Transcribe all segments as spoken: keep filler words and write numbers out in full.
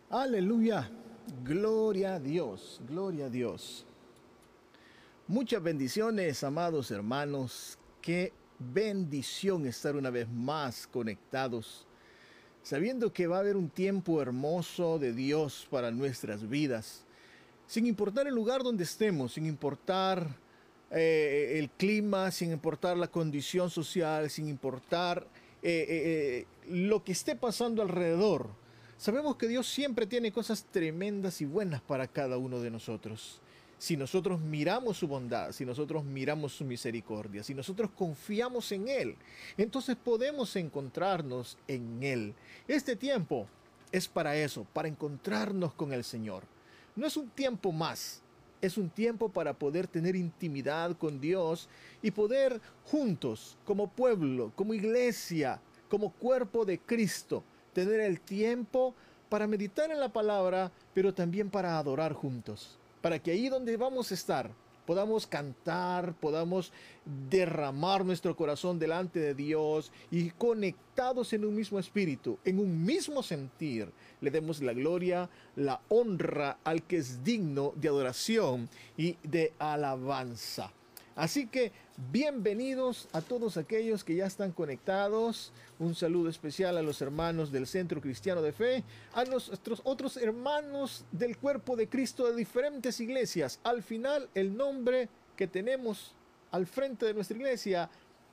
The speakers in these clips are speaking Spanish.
Aleluya. Gloria a Dios. Gloria a Dios. Muchas bendiciones, amados hermanos. Qué bendición estar una vez más conectados, sabiendo que va a haber un tiempo hermoso de Dios para nuestras vidas. Sin importar el lugar donde estemos, sin importar eh, el clima, sin importar la condición social, sin importar eh, eh, eh, lo que esté pasando alrededor. Sabemos que Dios siempre tiene cosas tremendas y buenas para cada uno de nosotros. Si nosotros miramos su bondad, si nosotros miramos su misericordia, si nosotros confiamos en Él, entonces podemos encontrarnos en Él. Este tiempo es para eso, para encontrarnos con el Señor. No es un tiempo más, es un tiempo para poder tener intimidad con Dios y poder juntos, como pueblo, como iglesia, como cuerpo de Cristo, tener el tiempo para meditar en la palabra, pero también para adorar juntos. Para que ahí donde vamos a estar, podamos cantar, podamos derramar nuestro corazón delante de Dios y conectados en un mismo espíritu, en un mismo sentir, le demos la gloria, la honra al que es digno de adoración y de alabanza. Así que bienvenidos a todos aquellos que ya están conectados. Un saludo especial a los hermanos del Centro Cristiano de Fe, a nuestros otros hermanos del cuerpo de Cristo de diferentes iglesias. Al final, el nombre que tenemos al frente de nuestra iglesia,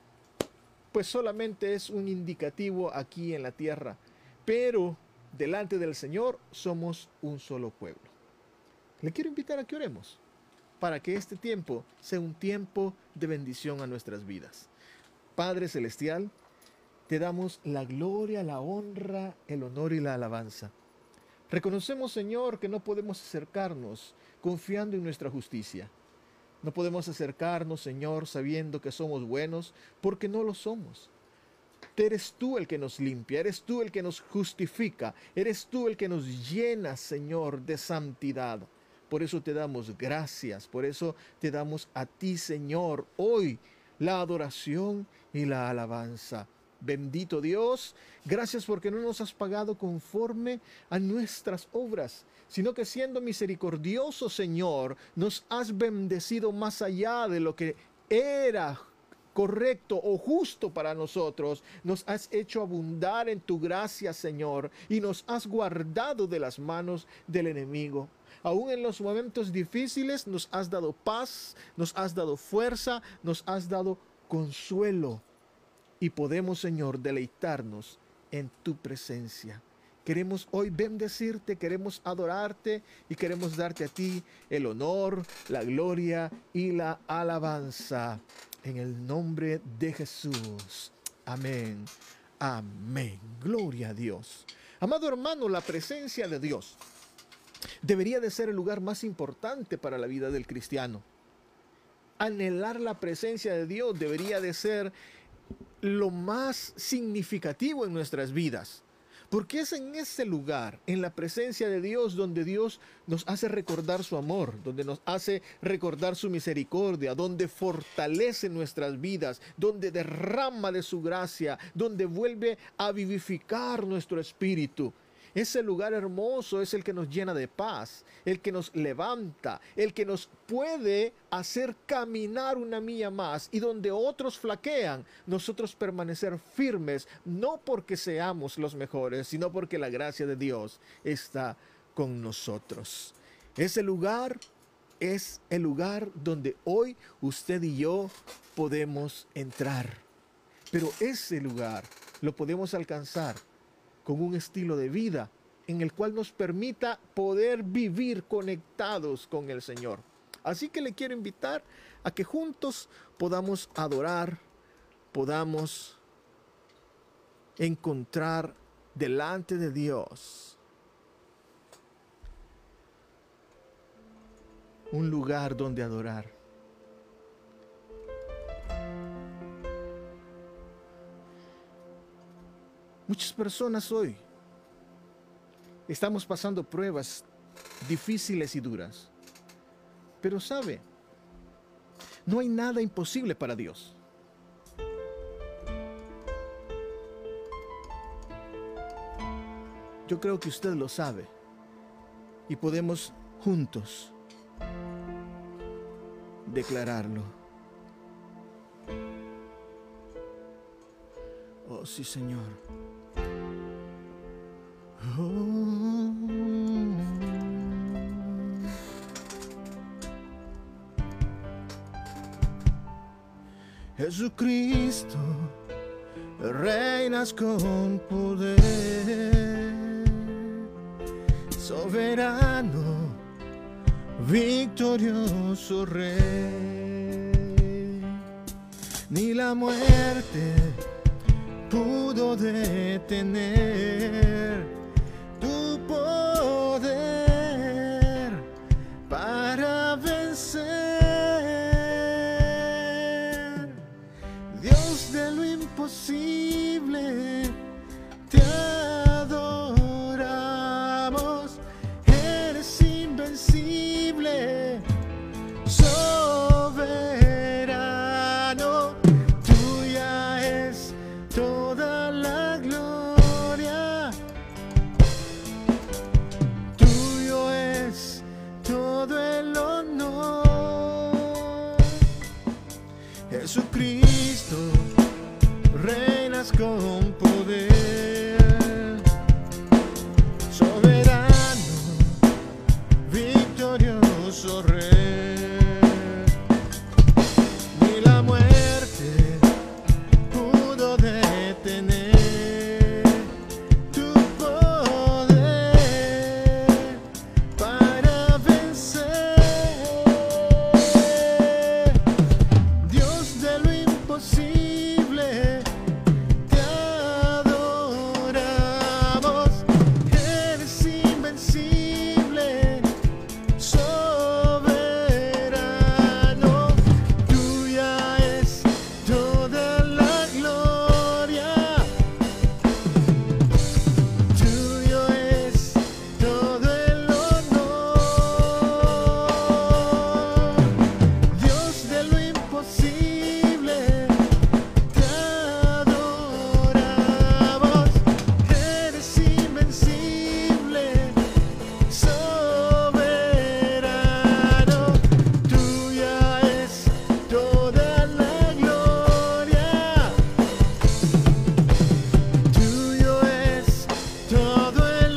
pues solamente es un indicativo aquí en la tierra. Pero delante del Señor somos un solo pueblo. Le quiero invitar a que oremos, para que este tiempo sea un tiempo de bendición a nuestras vidas. Padre Celestial, te damos la gloria, la honra, el honor y la alabanza. Reconocemos, Señor, que no podemos acercarnos confiando en nuestra justicia. No podemos acercarnos, Señor, sabiendo que somos buenos, porque no lo somos. Eres tú el que nos limpia, eres tú el que nos justifica, eres tú el que nos llena, Señor, de santidad. Por eso te damos gracias, por eso te damos a ti, Señor, hoy la adoración y la alabanza. Bendito Dios, gracias porque no nos has pagado conforme a nuestras obras, sino que siendo misericordioso, Señor, nos has bendecido más allá de lo que era correcto o justo para nosotros. Nos has hecho abundar en tu gracia, Señor, y nos has guardado de las manos del enemigo. Aún en los momentos difíciles nos has dado paz, nos has dado fuerza, nos has dado consuelo. Y podemos, Señor, deleitarnos en tu presencia. Queremos hoy bendecirte, queremos adorarte y queremos darte a ti el honor, la gloria y la alabanza. En el nombre de Jesús. Amén. Amén. Gloria a Dios. Amado hermano, la presencia de Dios debería de ser el lugar más importante para la vida del cristiano. Anhelar la presencia de Dios debería de ser lo más significativo en nuestras vidas. Porque es en ese lugar, en la presencia de Dios, donde Dios nos hace recordar su amor, donde nos hace recordar su misericordia, donde fortalece nuestras vidas, donde derrama de su gracia, donde vuelve a vivificar nuestro espíritu. Ese lugar hermoso es el que nos llena de paz, el que nos levanta, el que nos puede hacer caminar una milla más y donde otros flaquean, nosotros permanecer firmes, no porque seamos los mejores, sino porque la gracia de Dios está con nosotros. Ese lugar es el lugar donde hoy usted y yo podemos entrar. Pero ese lugar lo podemos alcanzar con un estilo de vida en el cual nos permita poder vivir conectados con el Señor. Así que le quiero invitar a que juntos podamos adorar, podamos encontrar delante de Dios un lugar donde adorar. Muchas personas hoy estamos pasando pruebas difíciles y duras. Pero sabe, no hay nada imposible para Dios. Yo creo que usted lo sabe. y podemos juntos declararlo. Oh, sí, Señor. Oh. Jesucristo, reinas con poder, soberano, victorioso Rey. Ni la muerte pudo detener tu poder para vencer. Dios de lo imposible, te adoramos. Eres invencible, soberano. Tuya es toda la gloria, tuyo es todo el honor. Jesucristo, reinas con poder, soberano, victorioso Rey. Ni la muerte pudo detener tu poder para vencer. Dios de lo imposible, te adoramos. Eres invencible, soberano. Tuya es toda la gloria, tuyo es todo el honor. Dios de lo imposible, te adoramos. Eres invencible, soberano. Tuya es toda la gloria, tuyo es todo el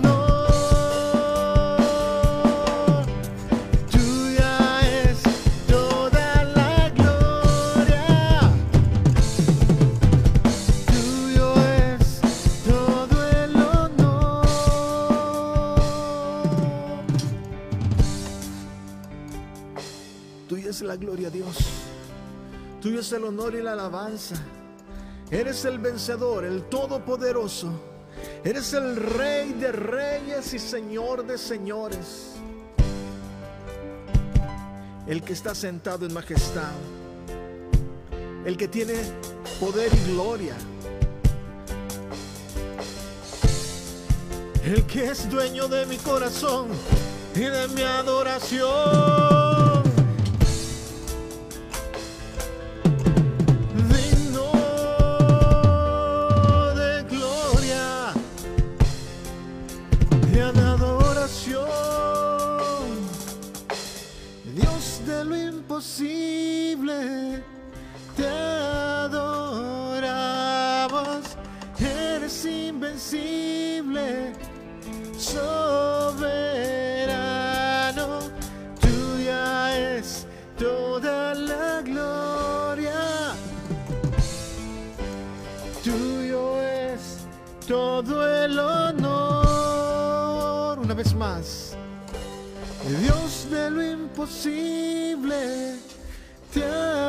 honor. Tuya es toda la gloria, tuyo es todo el honor. Tuya es la gloria, Dios. Tuyo es el honor y la alabanza. Eres el vencedor, el todopoderoso. Eres el Rey de reyes y Señor de señores. El que está sentado en majestad. El que tiene poder y gloria. El que es dueño de mi corazón y de mi adoración. Digno de gloria y de adoración. Dios de lo imposible, te adoramos. Eres invencible, soberano. Tuya es toda la gloria, tuyo es todo el honor. Una vez más. Dios de lo imposible, te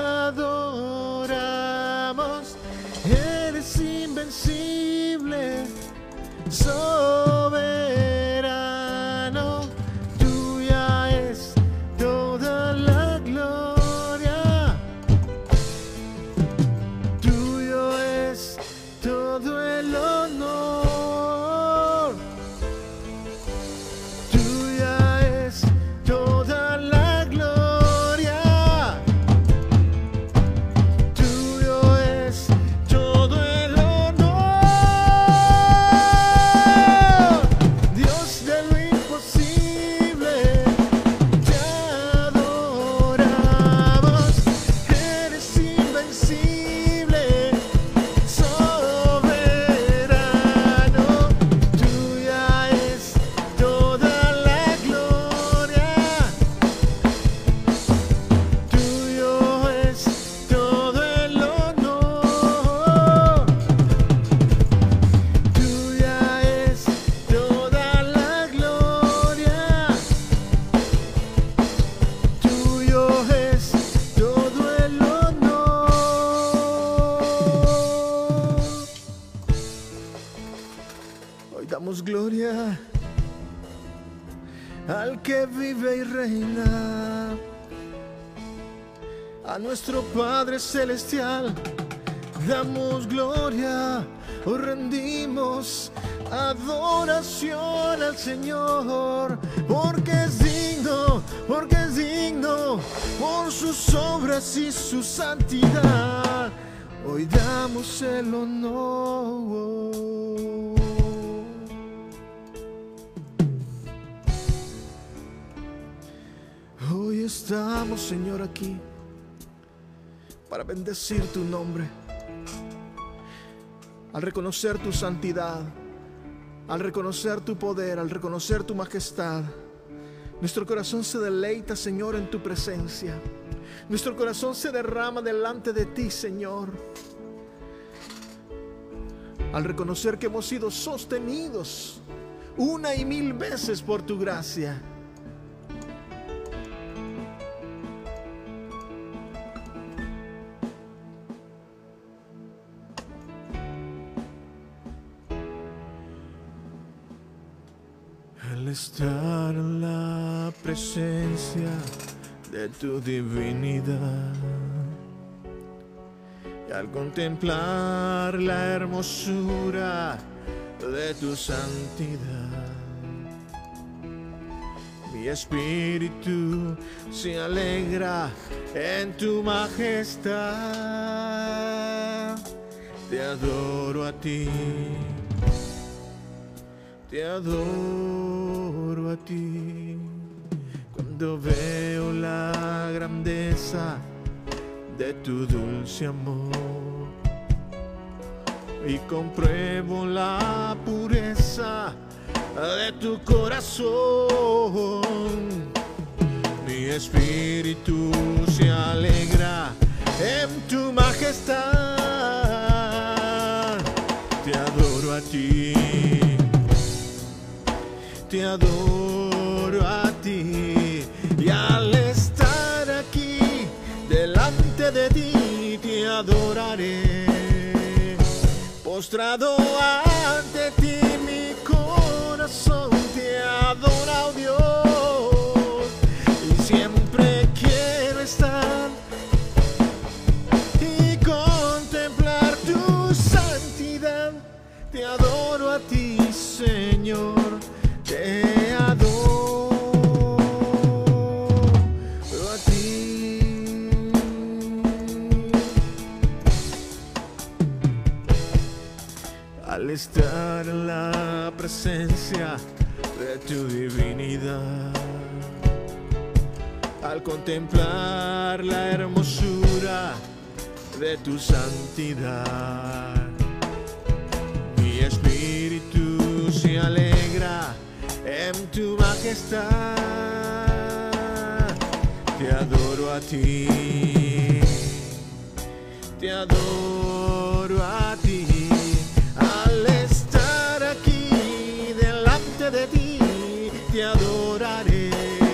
adoramos. Eres invencible, soberano. Tuya es toda la gloria, tuyo es todo el honor. Tuya es toda la gloria, tuyo es todo el honor. Damos gloria al que vive y reina, a nuestro Padre Celestial. Damos gloria, o rendimos adoración al Señor, porque es digno, porque es digno, por sus obras y su santidad. Hoy damos el honor. Hoy estamos, Señor, aquí para bendecir tu nombre, al reconocer tu santidad, al reconocer tu poder, al reconocer tu majestad. Nuestro corazón se deleita, Señor, en tu presencia. Nuestro corazón se derrama delante de ti, Señor, al reconocer que hemos sido sostenidos una y mil veces por tu gracia. Al estar en la presencia de tu divinidad y al contemplar la hermosura de tu santidad, mi espíritu se alegra en tu majestad. Te adoro a ti, te adoro a ti. Cuando veo la grandeza de tu dulce amor y compruebo la pureza de tu corazón, mi espíritu se alegra en tu majestad. Te adoro a ti, te adoro a ti, y al estar aquí delante de ti te adoraré. Postrado ante ti mi corazón te adora, oh Dios, y siempre quiero estar y contemplar tu santidad. Te adoro a ti, Señor. Te adoro a ti. Al estar en la presencia de tu divinidad, al contemplar la hermosura de tu santidad, mi espíritu se alegra en tu majestad. Te adoro a ti, te adoro a ti. Al estar aquí delante de ti te adoraré.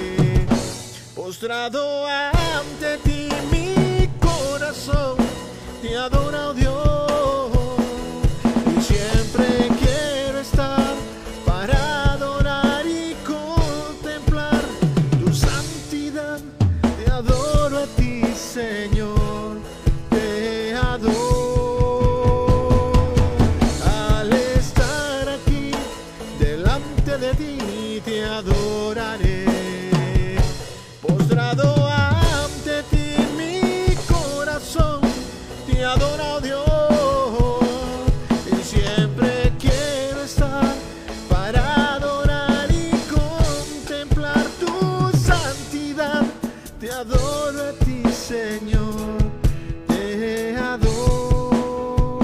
Postrado ante ti mi corazón te adora, oh Dios, y siempre quiero estar para adorar y contemplar tu santidad. Te adoro a ti, Señor, te adoro. Al estar aquí delante de ti te adoraré. Postrado ante ti mi corazón te adora, oh Dios, y siempre quiero estar para adorar y contemplar tu santidad. Te adoro a ti, Señor, te adoro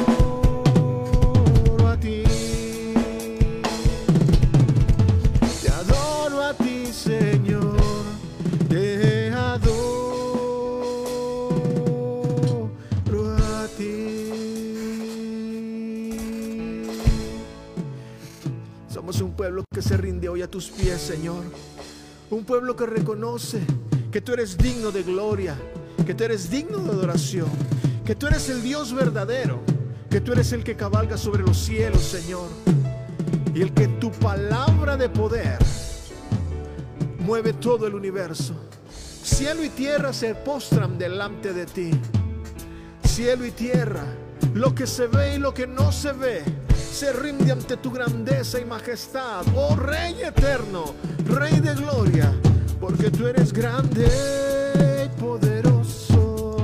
a ti. Te adoro a ti, Señor, te adoro a ti. Somos un pueblo que se rinde hoy a tus pies, Señor. Un pueblo que reconoce que tú eres digno de gloria, que tú eres digno de adoración, que tú eres el Dios verdadero, que tú eres el que cabalga sobre los cielos, Señor. y el que tu palabra de poder mueve todo el universo. Cielo y tierra se postran delante de ti. Cielo y tierra, lo que se ve y lo que no se ve, se rinde ante tu grandeza y majestad, oh Rey eterno, Rey de gloria, porque tú eres grande y poderoso,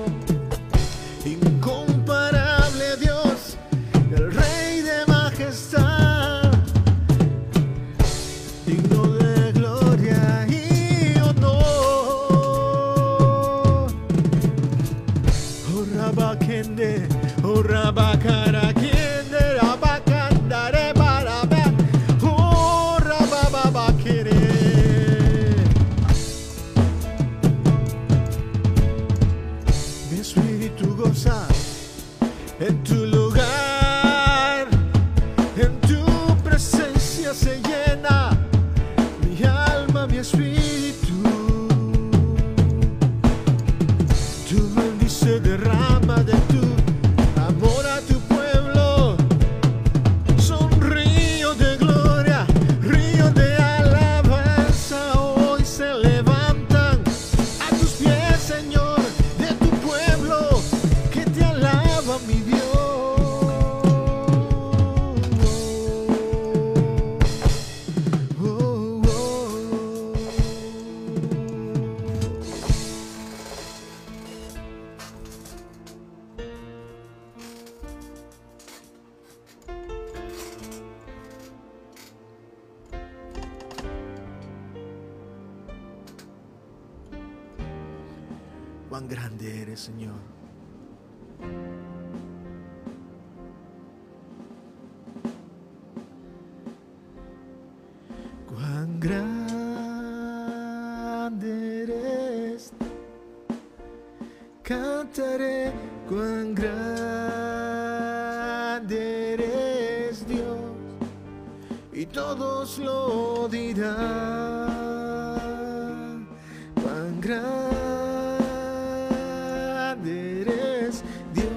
incomparable Dios, el Rey de majestad, digno de gloria y honor. Oh Rabakende, oh Rabakara. En tu lugar, en tu presencia se llena mi alma, mi espíritu. Tu bendice, derrama de tu amor a tu pueblo. Son ríos de gloria, ríos de alabanza. Hoy se levantan a tus pies, Señor, de tu pueblo que te alaba, mi Dios. Oh, oh, oh. Cuán grande eres, Señor. Cuán grande eres, cantaré, cuán grande eres, Dios, y todos lo dirán. Cuán grande eres, Dios.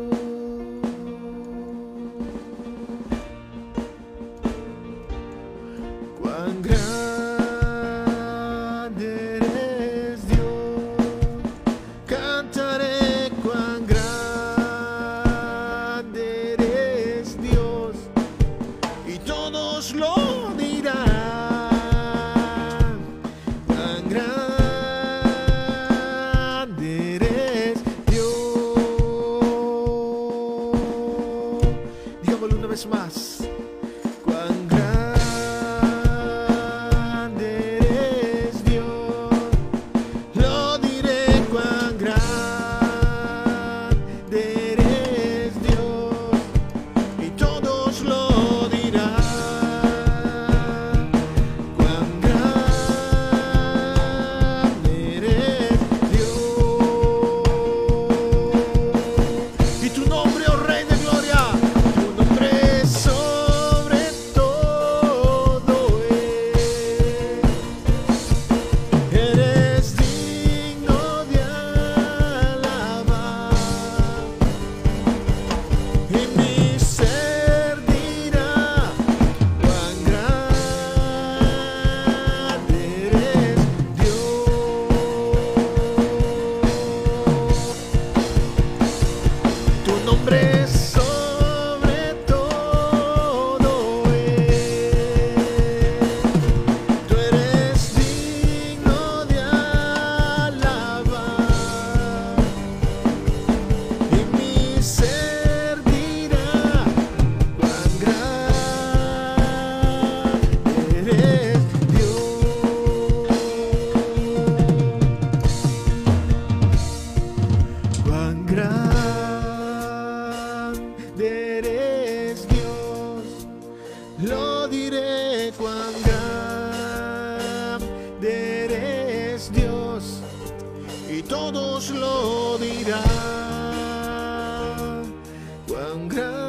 Cuán grande eres, Dios. Cantaré, cuán grande eres, Dios, y todos lo dirán. Cuán grande eres, Dios. Digámoslo una vez más. Cuán grande eres, Dios. Lo diré, cuán grande eres, Dios, y todos lo dirán. Cuán grande eres, Dios. Y tu nombre, oh Rey de gloria, tu nombre es sobre todo es. Eres digno de alabar, y mi ser dirá, cuán grande eres, Dios. Tu nombre es sobre todo es. Tú eres digno de alabar, y mi ser dirá, cuán grande eres, Dios. Cuán grande eres, Dios. Lo diré, cuán grande eres, Dios, y todos lo dirán. Cuán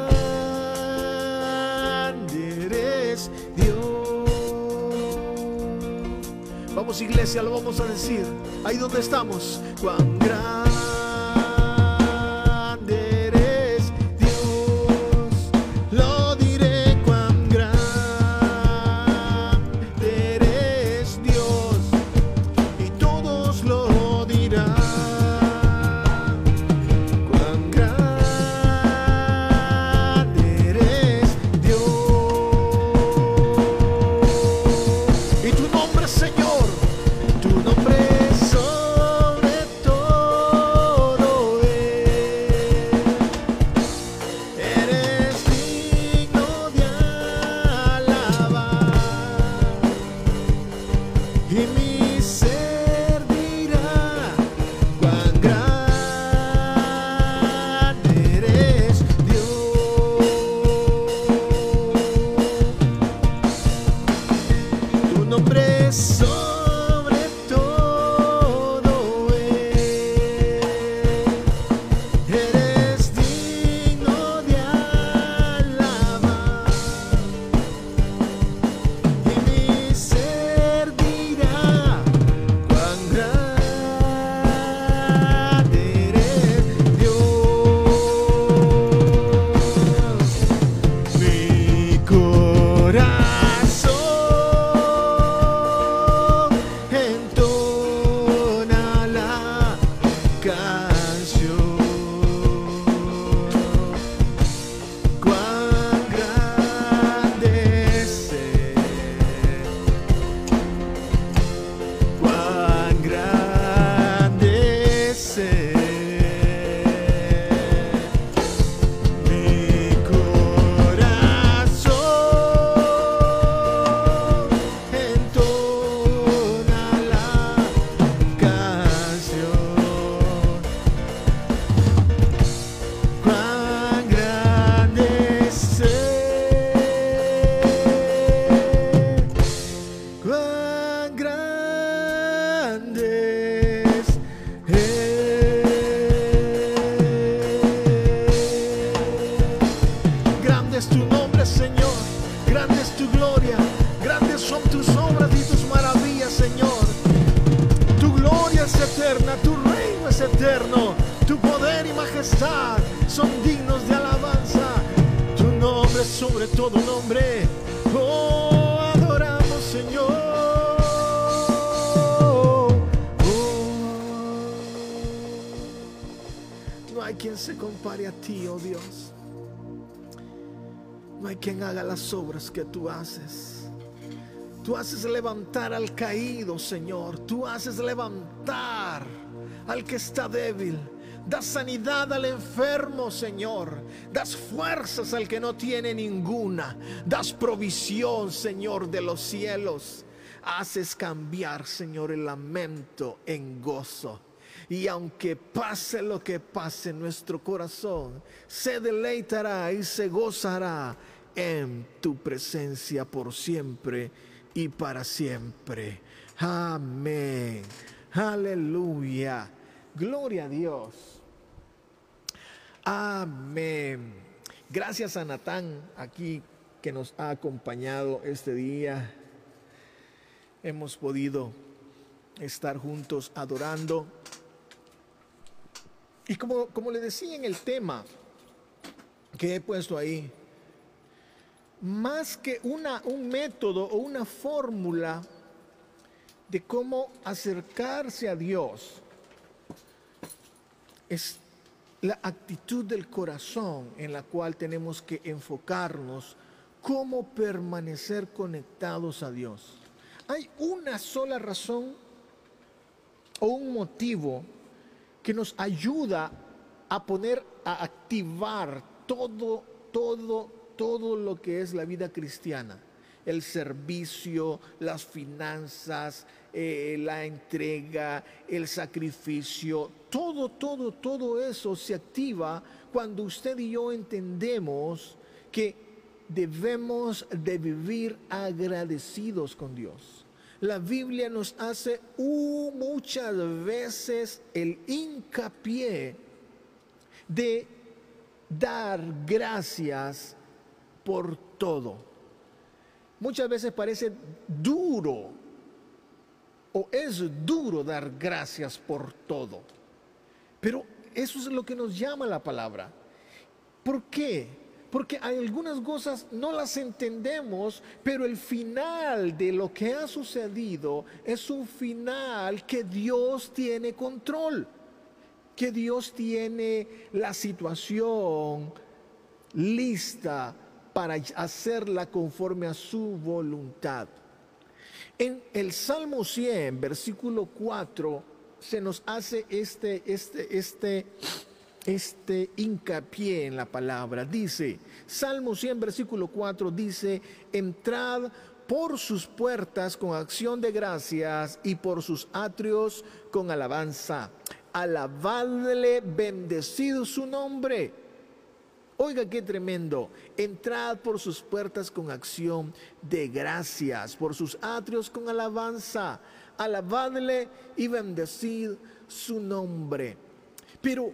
grande eres, Dios. Vamos, iglesia, lo vamos a decir ahí donde estamos. Cuán grande eres, Dios. Lo diré, cuán grande Grande es tu nombre, Señor. Grande es tu gloria. Grandes son tus obras y tus maravillas, Señor. Tu gloria es eterna, tu reino es eterno. Tu poder y majestad son dignos de alabanza. Tu nombre es sobre todo nombre. Oh, adoramos, Señor. Oh, no hay quien se compare a ti, oh Dios. No hay quien haga las obras que tú haces. Tú haces levantar al caído, Señor. Tú haces levantar al que está débil. Das sanidad al enfermo, Señor. Das fuerzas al que no tiene ninguna. Das provisión, Señor, de los cielos. Haces cambiar, Señor, el lamento en gozo. Y aunque pase lo que pase, nuestro corazón se deleitará y se gozará en tu presencia por siempre y para siempre. Amén. Aleluya. Gloria a Dios. Amén. Gracias a Natán aquí que nos ha acompañado este día. Hemos podido estar juntos adorando. Y como, como le decía en el tema que he puesto ahí, más que una, un método o una fórmula de cómo acercarse a Dios, es la actitud del corazón en la cual tenemos que enfocarnos, cómo permanecer conectados a Dios. Hay una sola razón o un motivo que nos ayuda a poner, a activar todo, todo, todo lo que es la vida cristiana. El servicio, las finanzas, eh, la entrega, el sacrificio, todo, todo, todo eso se activa cuando usted y yo entendemos que debemos de vivir agradecidos con Dios. La Biblia nos hace uh, muchas veces el hincapié de dar gracias por todo. Muchas veces parece duro o es duro dar gracias por todo. Pero eso es lo que nos llama la palabra. ¿Por qué? Porque hay algunas cosas no las entendemos, pero el final de lo que ha sucedido es un final que Dios tiene control, que Dios tiene la situación lista para hacerla conforme a su voluntad. En el Salmo cien, versículo cuatro, se nos hace este, este, este, este hincapié en la palabra. Dice, Salmo cien, versículo cuatro, dice, entrad por sus puertas con acción de gracias y por sus atrios con alabanza. Alabadle, bendecido su nombre. Oiga qué tremendo. Entrad por sus puertas con acción de gracias, por sus atrios con alabanza. Alabadle y bendecid su nombre. Pero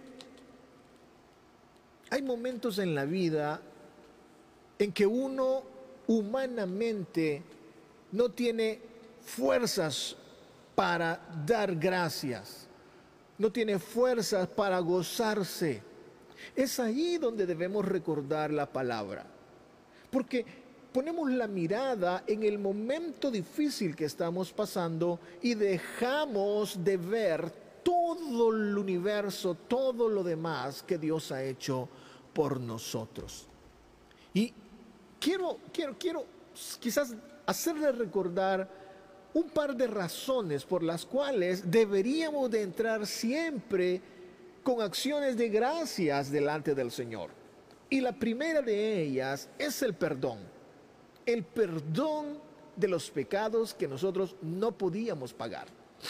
hay momentos en la vida en que uno humanamente no tiene fuerzas para dar gracias, no tiene fuerzas para gozarse. Es ahí donde debemos recordar la palabra, porque ponemos la mirada en el momento difícil que estamos pasando y dejamos de ver todo el universo, todo lo demás que Dios ha hecho por nosotros. Y quiero, quiero, quiero quizás hacerle recordar un par de razones por las cuales deberíamos de entrar siempre con acciones de gracias delante del Señor. Y la primera de ellas es el perdón. El perdón de los pecados que nosotros no podíamos pagar.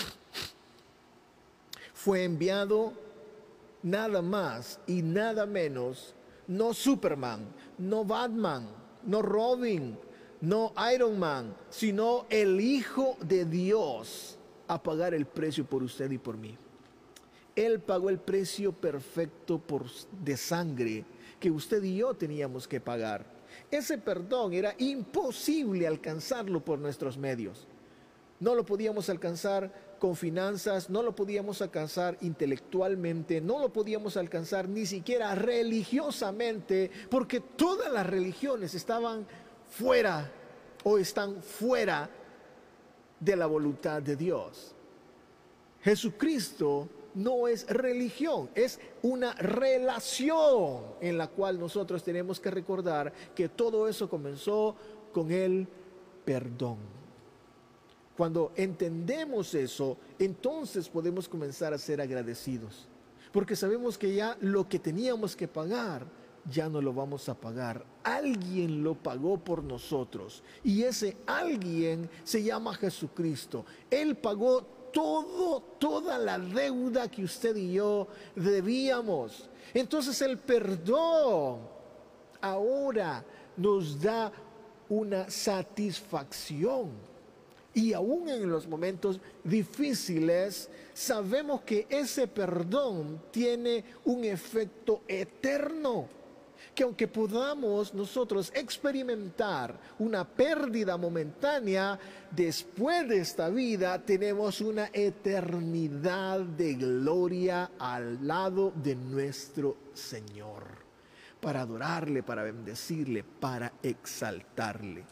Fue enviado nada más y nada menos, no Superman, no Batman, no Robin, no Iron Man, sino el Hijo de Dios a pagar el precio por usted y por mí. Él pagó el precio perfecto por, de sangre que usted y yo teníamos que pagar. Ese perdón era imposible alcanzarlo por nuestros medios. No lo podíamos alcanzar con finanzas, no lo podíamos alcanzar intelectualmente, no lo podíamos alcanzar ni siquiera religiosamente, porque todas las religiones estaban fuera o están fuera de la voluntad de Dios. Jesucristo no es religión, es una relación en la cual nosotros tenemos que recordar que todo eso comenzó con el perdón. Cuando entendemos eso, entonces podemos comenzar a ser agradecidos, porque sabemos que ya lo que teníamos que pagar, ya no lo vamos a pagar. Alguien lo pagó por nosotros, y ese alguien se llama Jesucristo. Él pagó todo, toda la deuda que usted y yo debíamos. Entonces el perdón ahora nos da una satisfacción. Y aún en los momentos difíciles, sabemos que ese perdón tiene un efecto eterno. Que aunque podamos nosotros experimentar una pérdida momentánea, después de esta vida tenemos una eternidad de gloria al lado de nuestro Señor, para adorarle, para bendecirle, para exaltarle.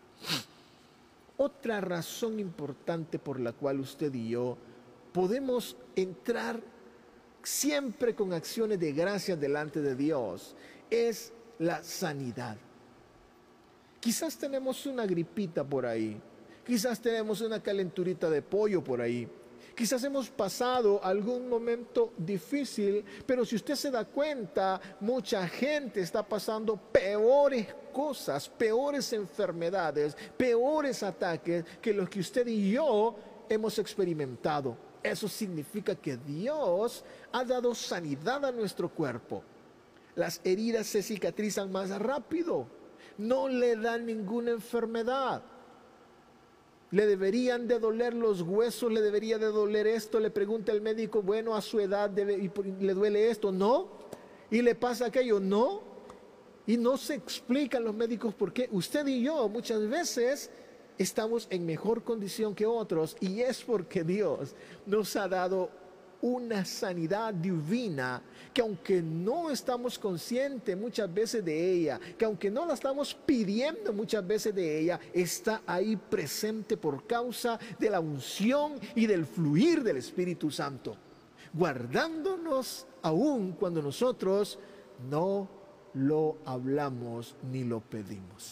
Otra razón importante por la cual usted y yo podemos entrar siempre con acciones de gracia delante de Dios es la sanidad. Quizás tenemos una gripita por ahí, quizás tenemos una calenturita de pollo por ahí, quizás hemos pasado algún momento difícil, pero si usted se da cuenta, mucha gente está pasando peores cosas, peores enfermedades, peores ataques que los que usted y yo hemos experimentado. Eso significa que Dios ha dado sanidad a nuestro cuerpo. Las heridas se cicatrizan más rápido, no le dan ninguna enfermedad. Le deberían de doler los huesos, le debería de doler esto, le pregunta el médico, bueno, a su edad debe, le duele esto, no, y le pasa aquello, no, y no se explican los médicos por qué. Usted y yo muchas veces estamos en mejor condición que otros, y es porque Dios nos ha dado una sanidad divina que aunque no estamos conscientes muchas veces de ella, que aunque no la estamos pidiendo muchas veces de ella, está ahí presente por causa de la unción y del fluir del Espíritu Santo, guardándonos aún cuando nosotros no lo hablamos ni lo pedimos.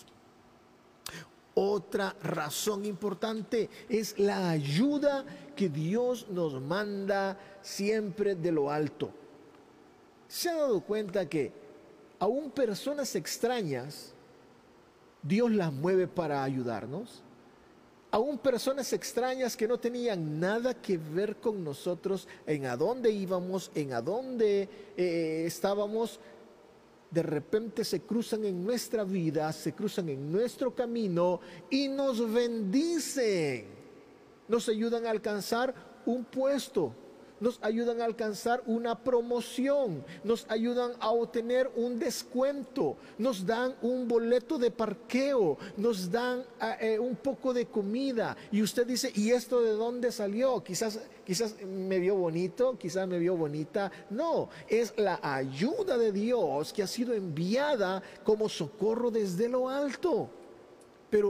Otra razón importante es la ayuda que Dios nos manda siempre de lo alto. ¿Se ha dado cuenta que aún personas extrañas, Dios las mueve para ayudarnos? Aún personas extrañas que no tenían nada que ver con nosotros, en a dónde íbamos, en a dónde eh, estábamos, de repente se cruzan en nuestra vida, se cruzan en nuestro camino y nos bendicen. Nos ayudan a alcanzar un puesto, nos ayudan a alcanzar una promoción, nos ayudan a obtener un descuento, nos dan un boleto de parqueo, nos dan eh, un poco de comida. Y usted dice, ¿y esto de dónde salió? Quizás, quizás me vio bonito, quizás me vio bonita. No, es la ayuda de Dios que ha sido enviada como socorro desde lo alto. Pero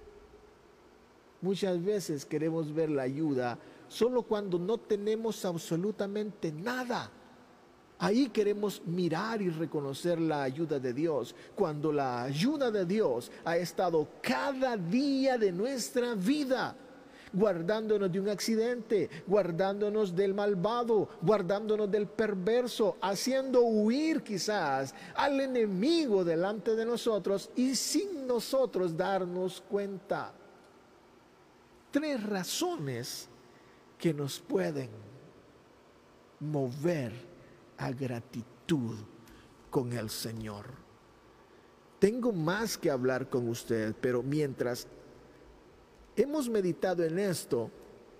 muchas veces queremos ver la ayuda solo cuando no tenemos absolutamente nada. Ahí queremos mirar y reconocer la ayuda de Dios, cuando la ayuda de Dios ha estado cada día de nuestra vida, guardándonos de un accidente, guardándonos del malvado, guardándonos del perverso, haciendo huir quizás al enemigo delante de nosotros y sin nosotros darnos cuenta. Tres razones que nos pueden mover a gratitud con el Señor. Tengo más que hablar con usted, pero mientras hemos meditado en esto,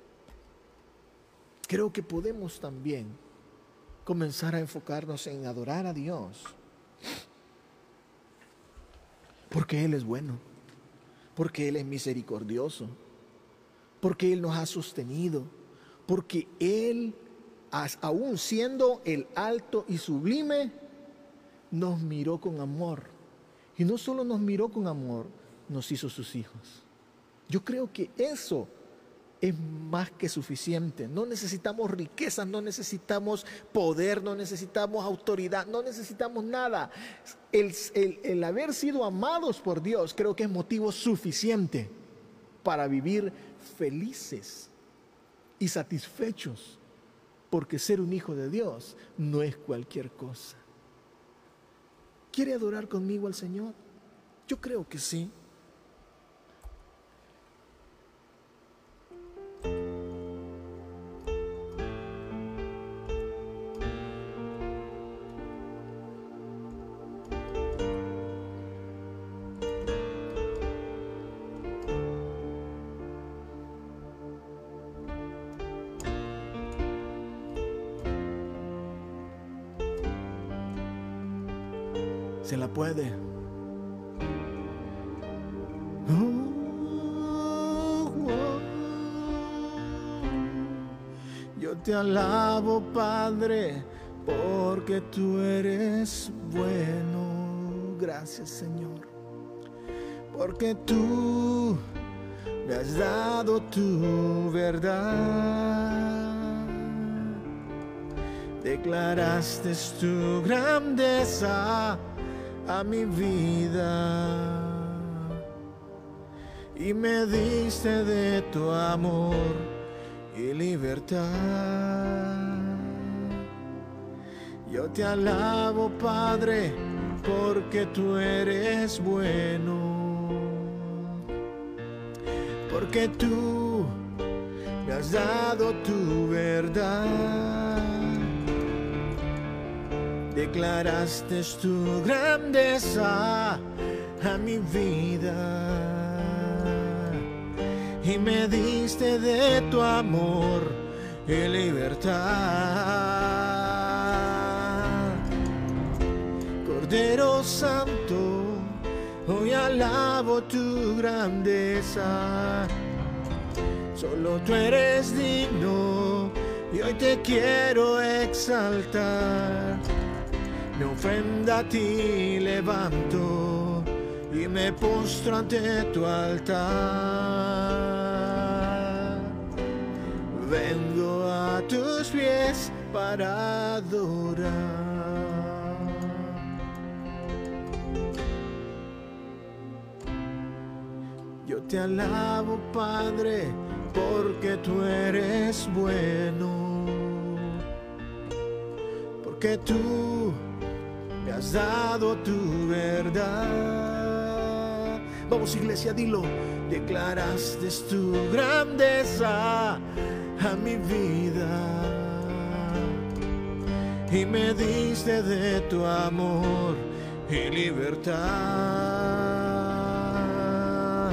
creo que podemos también comenzar a enfocarnos en adorar a Dios. Porque Él es bueno, porque Él es misericordioso, porque Él nos ha sostenido, porque Él, aún siendo el alto y sublime, nos miró con amor. Y no solo nos miró con amor, nos hizo sus hijos. Yo creo que eso es más que suficiente. No necesitamos riquezas, no necesitamos poder, no necesitamos autoridad, no necesitamos nada. El, el, el haber sido amados por Dios creo que es motivo suficiente para vivir felices y satisfechos, porque ser un hijo de Dios no es cualquier cosa. ¿Quiere adorar conmigo al Señor? Yo creo que sí. Se la puede. Oh, oh. Yo te alabo, Padre, porque tú eres bueno. Gracias, Señor, porque tú me has dado tu verdad. Declaraste tu grandeza a mi vida y me diste de tu amor y libertad. Yo te alabo, Padre, porque tú eres bueno, porque tú me has dado tu verdad. Declaraste tu grandeza a mi vida y me diste de tu amor y libertad. Cordero Santo, hoy alabo tu grandeza. Solo tú eres digno y hoy te quiero exaltar. Mi ofrenda a ti levanto y me postro ante tu altar. Vengo a tus pies para adorar. Yo te alabo, Padre, porque tú eres bueno, porque tú me has dado tu verdad. Vamos, iglesia, dilo. Declaraste tu grandeza a mi vida y me diste de tu amor y libertad.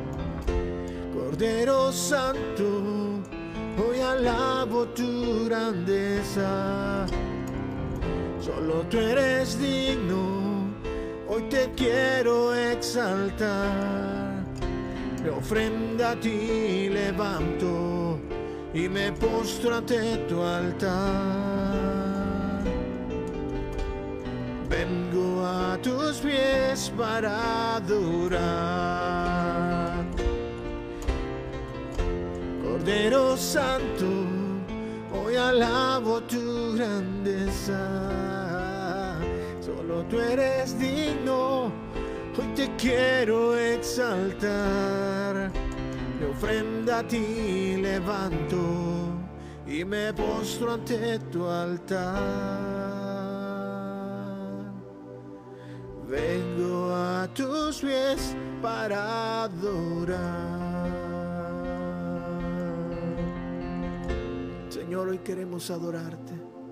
Cordero Santo, hoy alabo tu grandeza. Solo tú eres digno, hoy te quiero exaltar. Mi ofrenda a ti levanto y me postro ante tu altar. Vengo a tus pies para adorar. Cordero Santo, hoy alabo tu grandeza. Solo tú eres digno, hoy te quiero exaltar. Mi ofrenda a ti levanto y me postro ante tu altar. Vengo a tus pies para adorar. Señor, hoy queremos adorarte.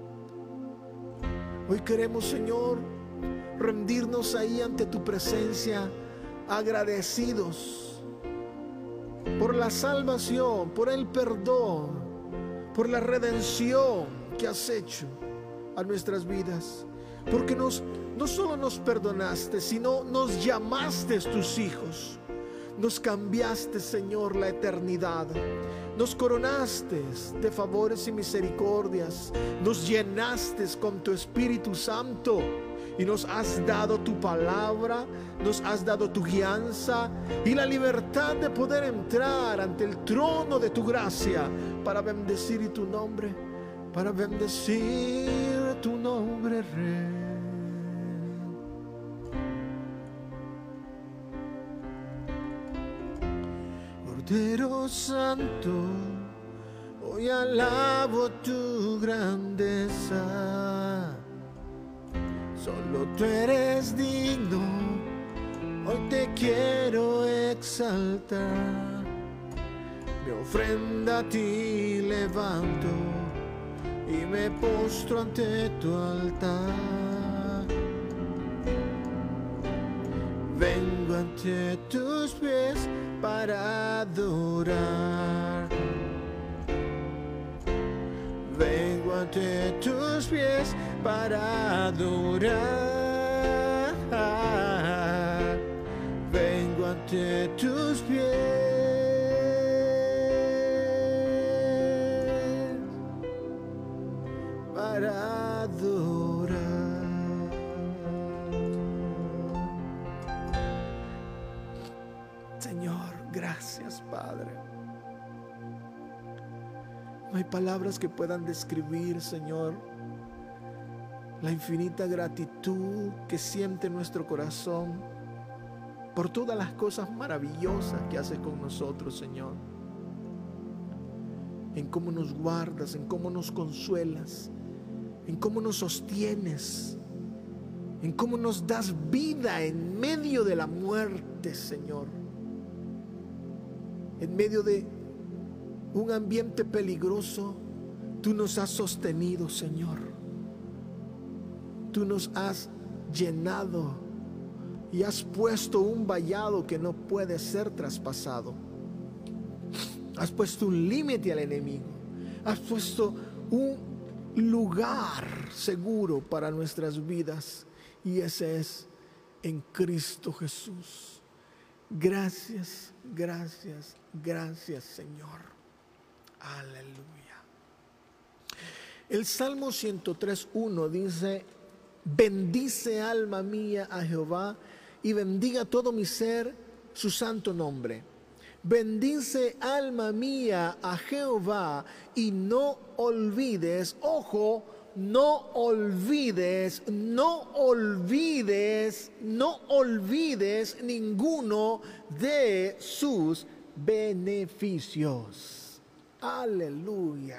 Hoy queremos, Señor, rendirnos ahí ante tu presencia, agradecidos por la salvación, por el perdón, por la redención que has hecho a nuestras vidas. porque nos, no solo nos perdonaste, sino nos llamaste tus hijos. Nos cambiaste, Señor, la eternidad. Nos coronaste de favores y misericordias. Nos llenaste con tu Espíritu Santo. Y nos has dado tu palabra, nos has dado tu guianza y la libertad de poder entrar ante el trono de tu gracia para bendecir tu nombre, para bendecir tu nombre, Rey. Cordero Santo, hoy alabo tu grandeza. Solo tú eres digno, hoy te quiero exaltar. Mi ofrenda a ti levanto y me postro ante tu altar. Vengo ante tus pies para adorar. Vengo ante tus pies para adorar. Vengo ante tus pies para adorar. Señor, gracias, Padre. No hay palabras que puedan describir, Señor, la infinita gratitud que siente nuestro corazón por todas las cosas maravillosas que haces con nosotros, Señor. En cómo nos guardas, en cómo nos consuelas, en cómo nos sostienes, en cómo nos das vida en medio de la muerte, Señor. En medio de un ambiente peligroso, tú nos has sostenido, Señor. Tú nos has llenado y has puesto un vallado que no puede ser traspasado. Has puesto un límite al enemigo. Has puesto un lugar seguro para nuestras vidas, y ese es en Cristo Jesús. Gracias, gracias, gracias, Señor. Aleluya. El Salmo ciento tres, uno dice: bendice alma mía a Jehová y bendiga todo mi ser su santo nombre. Bendice alma mía a Jehová y no olvides, ojo, no olvides, no olvides, no olvides ninguno de sus beneficios. Aleluya.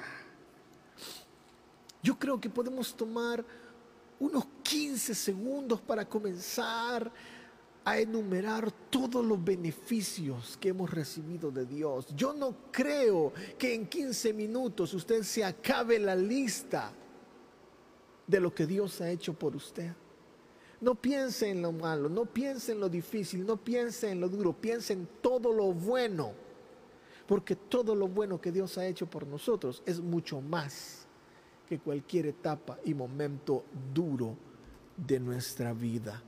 Yo creo que podemos tomar unos quince segundos para comenzar a enumerar todos los beneficios que hemos recibido de Dios. Yo no creo que en quince minutos usted se acabe la lista de lo que Dios ha hecho por usted. No piense en lo malo, no piense en lo difícil, no piense en lo duro, piense en todo lo bueno. Porque todo lo bueno que Dios ha hecho por nosotros es mucho más que cualquier etapa y momento duro de nuestra vida.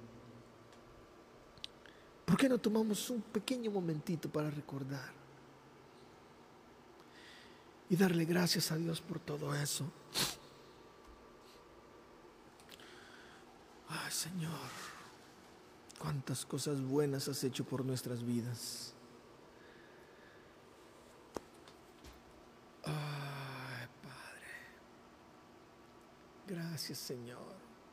¿Por qué no tomamos un pequeño momentito para recordar y darle gracias a Dios por todo eso? Ay, Señor, cuántas cosas buenas has hecho por nuestras vidas. Ay, Padre, gracias, Señor,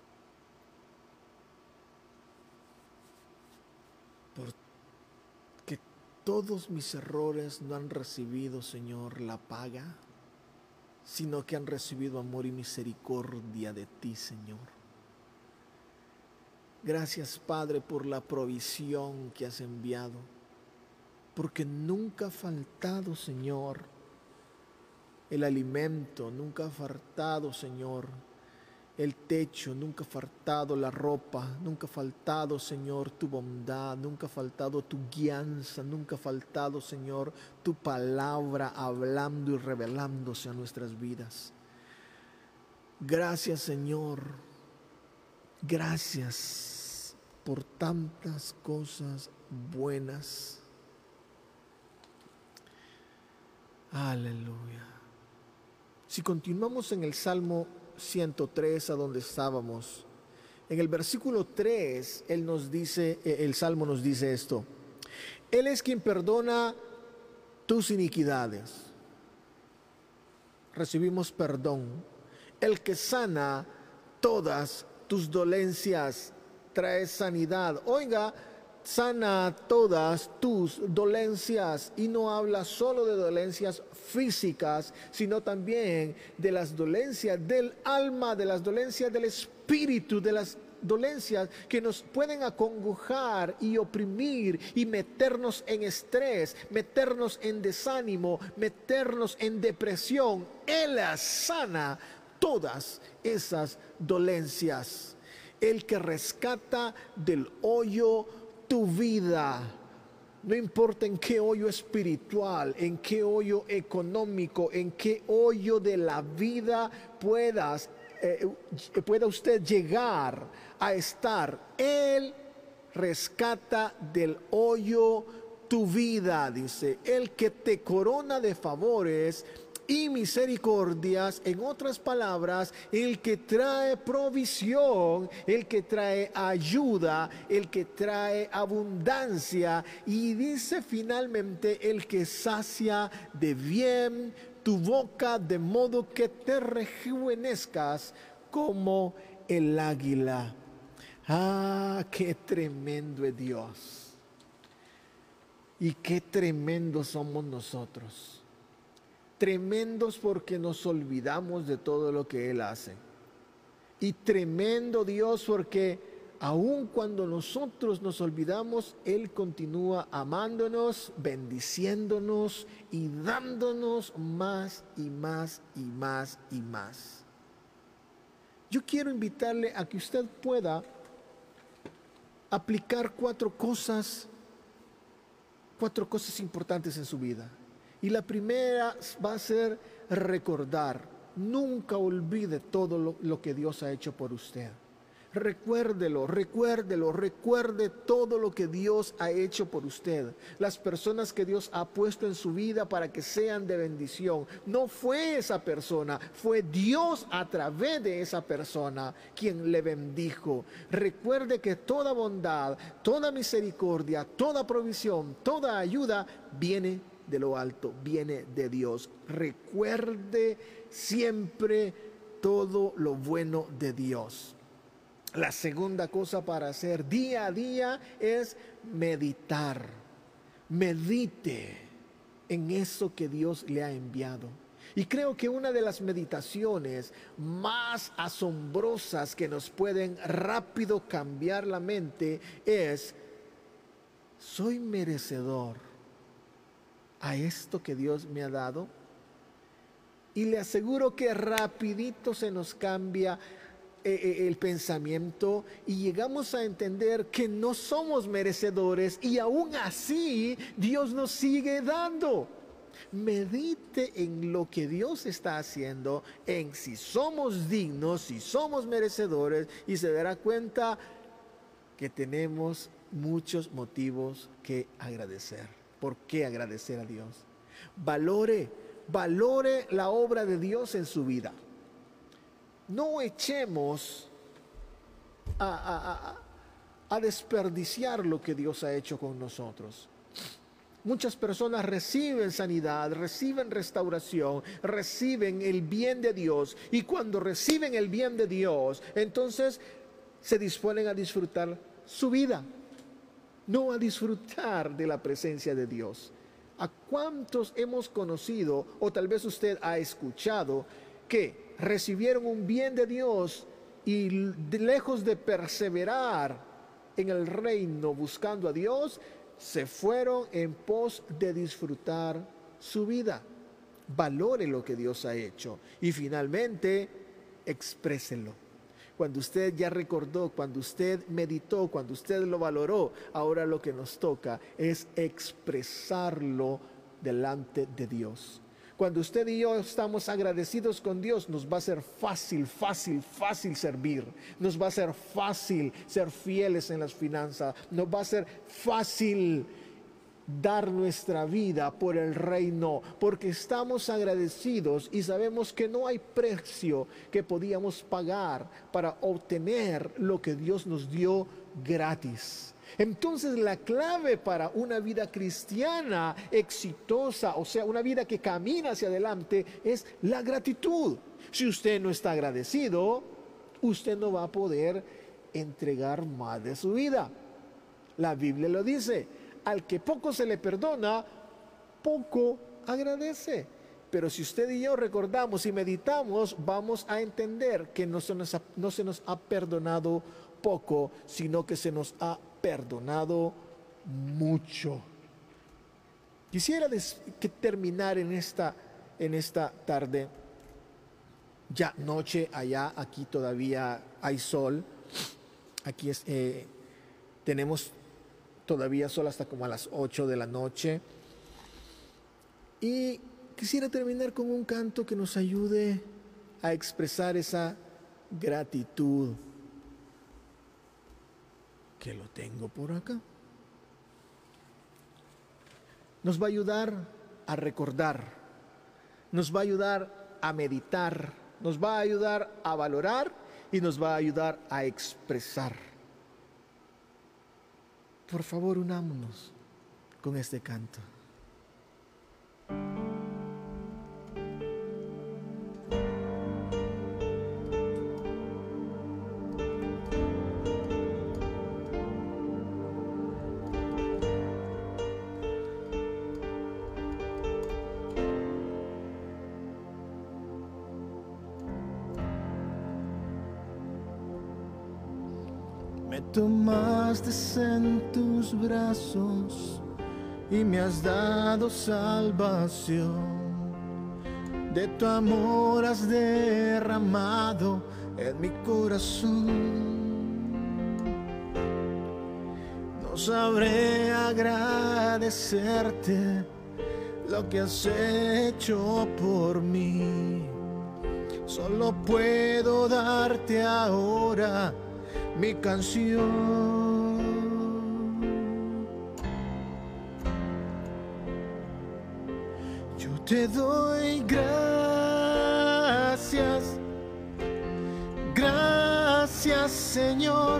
porque todos mis errores no han recibido, Señor, la paga, sino que han recibido amor y misericordia de ti, Señor. Gracias, Padre, por la provisión que has enviado, porque nunca ha faltado, Señor, el alimento, nunca ha faltado, Señor, el techo, nunca ha faltado la ropa, nunca ha faltado, Señor, tu bondad, nunca ha faltado tu guianza, nunca ha faltado, Señor, tu palabra hablando y revelándose a nuestras vidas. Gracias, Señor, Gracias por tantas cosas buenas. Aleluya. Si continuamos en el Salmo ciento tres, a donde estábamos, en el versículo tres, él nos dice, el Salmo nos dice esto: Él es quien perdona tus iniquidades. Recibimos perdón. El que sana todas tus dolencias, trae sanidad. Oiga, sana todas tus dolencias, y no habla solo de dolencias físicas, sino también de las dolencias del alma, de las dolencias del espíritu, de las dolencias que nos pueden acongojar y oprimir y meternos en estrés, meternos en desánimo, meternos en depresión. Él sana todas esas dolencias. El que rescata del hoyo tu vida, no importa en qué hoyo espiritual, en qué hoyo económico, en qué hoyo de la vida puedas, eh, pueda usted llegar a estar. Él rescata del hoyo tu vida, dice. El que te corona de favores y misericordias, en otras palabras, el que trae provisión, el que trae ayuda, el que trae abundancia, y dice finalmente, el que sacia de bien tu boca, de modo que te rejuvenezcas como el águila. Ah, qué tremendo es Dios, y qué tremendos somos nosotros. Tremendos porque nos olvidamos de todo lo que Él hace. Y tremendo Dios porque aun cuando nosotros nos olvidamos, Él continúa amándonos, bendiciéndonos y dándonos más y más y más y más. Yo quiero invitarle a que usted pueda aplicar cuatro cosas, cuatro cosas importantes en su vida. Y la primera va a ser recordar. Nunca olvide todo lo, lo que Dios ha hecho por usted. Recuérdelo, recuérdelo, recuerde todo lo que Dios ha hecho por usted. Las personas que Dios ha puesto en su vida para que sean de bendición. No fue esa persona, fue Dios a través de esa persona quien le bendijo. Recuerde que toda bondad, toda misericordia, toda provisión, toda ayuda viene de lo alto, viene de Dios. Recuerde siempre todo lo bueno de Dios. La segunda cosa para hacer día a día es meditar. Medite en eso que Dios le ha enviado. Y creo que una de las meditaciones más asombrosas que nos pueden rápido cambiar la mente es: ¿soy merecedor a esto que Dios me ha dado? Y le aseguro que rapidito se nos cambia el pensamiento y llegamos a entender que no somos merecedores, y aún así Dios nos sigue dando. Medite en lo que Dios está haciendo, en si somos dignos, si somos merecedores, y se dará cuenta que tenemos muchos motivos que agradecer. ¿Por qué agradecer a Dios? Valore, valore la obra de Dios en su vida. No echemos a, a, a, a desperdiciar lo que Dios ha hecho con nosotros. Muchas personas reciben sanidad, reciben restauración, reciben el bien de Dios, y cuando reciben el bien de Dios, entonces se disponen a disfrutar su vida, no a disfrutar de la presencia de Dios. ¿A cuántos hemos conocido, o tal vez usted ha escuchado, que recibieron un bien de Dios y lejos de perseverar en el reino buscando a Dios, se fueron en pos de disfrutar su vida? Valore lo que Dios ha hecho y finalmente expréselo. Cuando usted ya recordó, cuando usted meditó, cuando usted lo valoró, ahora lo que nos toca es expresarlo delante de Dios. Cuando usted y yo estamos agradecidos con Dios, nos va a ser fácil, fácil, fácil servir. Nos va a ser fácil ser fieles en las finanzas. Nos va a ser fácil dar nuestra vida por el reino, porque estamos agradecidos y sabemos que no hay precio que podíamos pagar para obtener lo que Dios nos dio gratis. Entonces la clave para una vida cristiana exitosa, o sea, una vida que camina hacia adelante, es la gratitud. Si usted no está agradecido, usted no va a poder entregar más de su vida. La Biblia lo dice: al que poco se le perdona, poco agradece. Pero si usted y yo recordamos y meditamos, vamos a entender que no se nos ha, no se nos ha perdonado poco, sino que se nos ha perdonado mucho. Quisiera des, que terminar en esta, en esta tarde, ya noche allá, aquí todavía hay sol, aquí es, eh, tenemos todavía sol hasta como a las ocho de la noche, y quisiera terminar con un canto que nos ayude a expresar esa gratitud. Que lo tengo por acá. Nos va a ayudar a recordar, nos va a ayudar a meditar, nos va a ayudar a valorar y nos va a ayudar a expresar. Por favor, unámonos con este canto. Me tomaste en tus brazos y me has dado salvación. De tu amor has derramado en mi corazón. No sabré agradecerte lo que has hecho por mí. Solo puedo darte ahora mi canción. Yo te doy gracias, gracias Señor,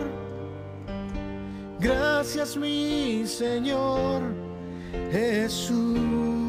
gracias mi Señor Jesús.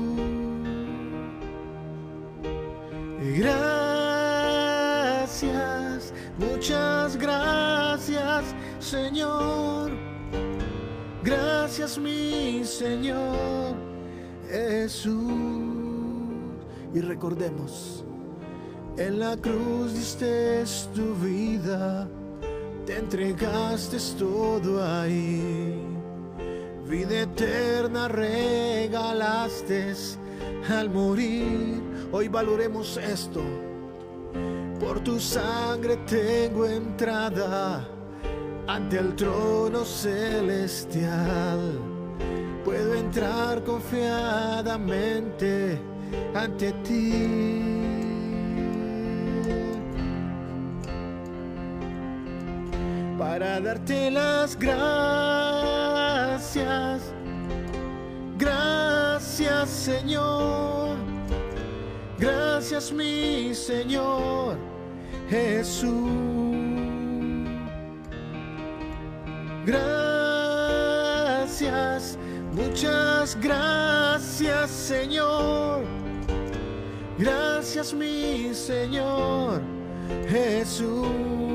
Gracias, muchas gracias Señor, gracias mi Señor Jesús. Y recordemos, en la cruz diste tu vida, te entregaste todo ahí, vida eterna regalaste al morir. Hoy valoremos esto. Por tu sangre tengo entrada ante el trono celestial. Puedo entrar confiadamente ante ti. Para darte las gracias, gracias Señor, gracias mi Señor Jesús. Gracias, muchas gracias Señor, gracias mi Señor Jesús.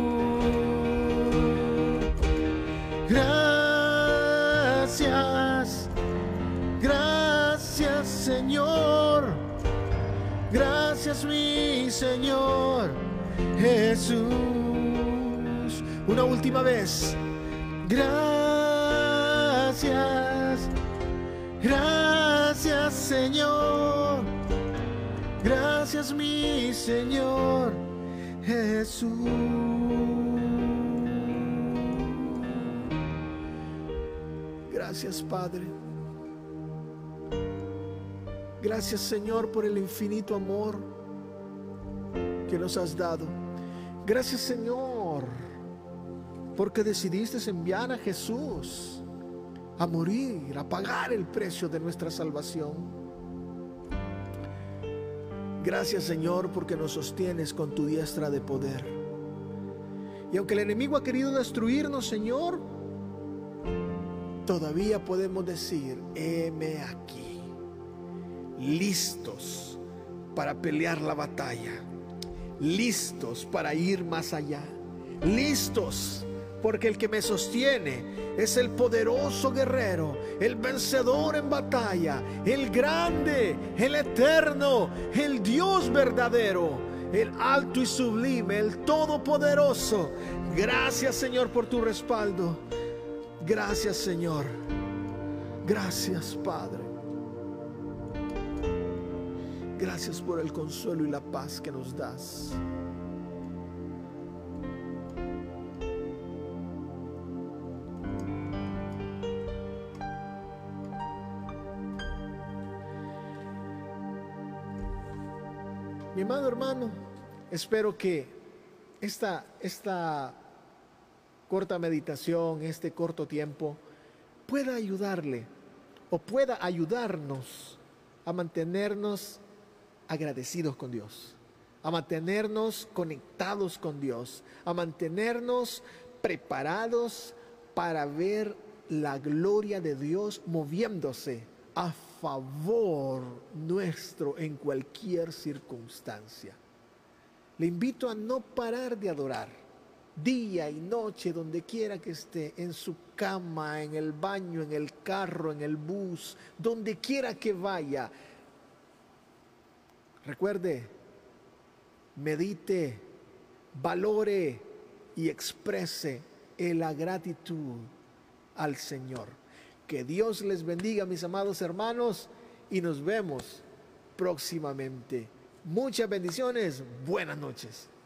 Gracias, gracias Señor, gracias mi Señor Jesús. Una última vez. Gracias, gracias Señor, gracias mi Señor Jesús. Gracias Padre. Gracias, Señor, por el infinito amor que nos has dado. Gracias, Señor, porque decidiste enviar a Jesús a morir, a pagar el precio de nuestra salvación. Gracias, Señor, porque nos sostienes con tu diestra de poder. Y aunque el enemigo ha querido destruirnos, Señor, todavía podemos decir: heme aquí, listos para pelear la batalla, listos para ir más allá, listos porque el que me sostiene es el poderoso guerrero, el vencedor en batalla, el grande, el eterno, el Dios verdadero, el alto y sublime, el todopoderoso. Gracias, Señor, por tu respaldo. Gracias, Señor. Gracias, Padre. Gracias por el consuelo y la paz que nos das. Mi amado hermano, espero que esta, esta corta meditación, este corto tiempo, pueda ayudarle o pueda ayudarnos a mantenernos agradecidos con Dios, a mantenernos conectados con Dios, a mantenernos preparados para ver la gloria de Dios moviéndose a favor nuestro en cualquier circunstancia. Le invito a no parar de adorar día y noche, donde quiera que esté, en su cama, en el baño, en el carro, en el bus, donde quiera que vaya. Recuerde, medite, valore y exprese la gratitud al Señor. Que Dios les bendiga, mis amados hermanos, y nos vemos próximamente. Muchas bendiciones, buenas noches.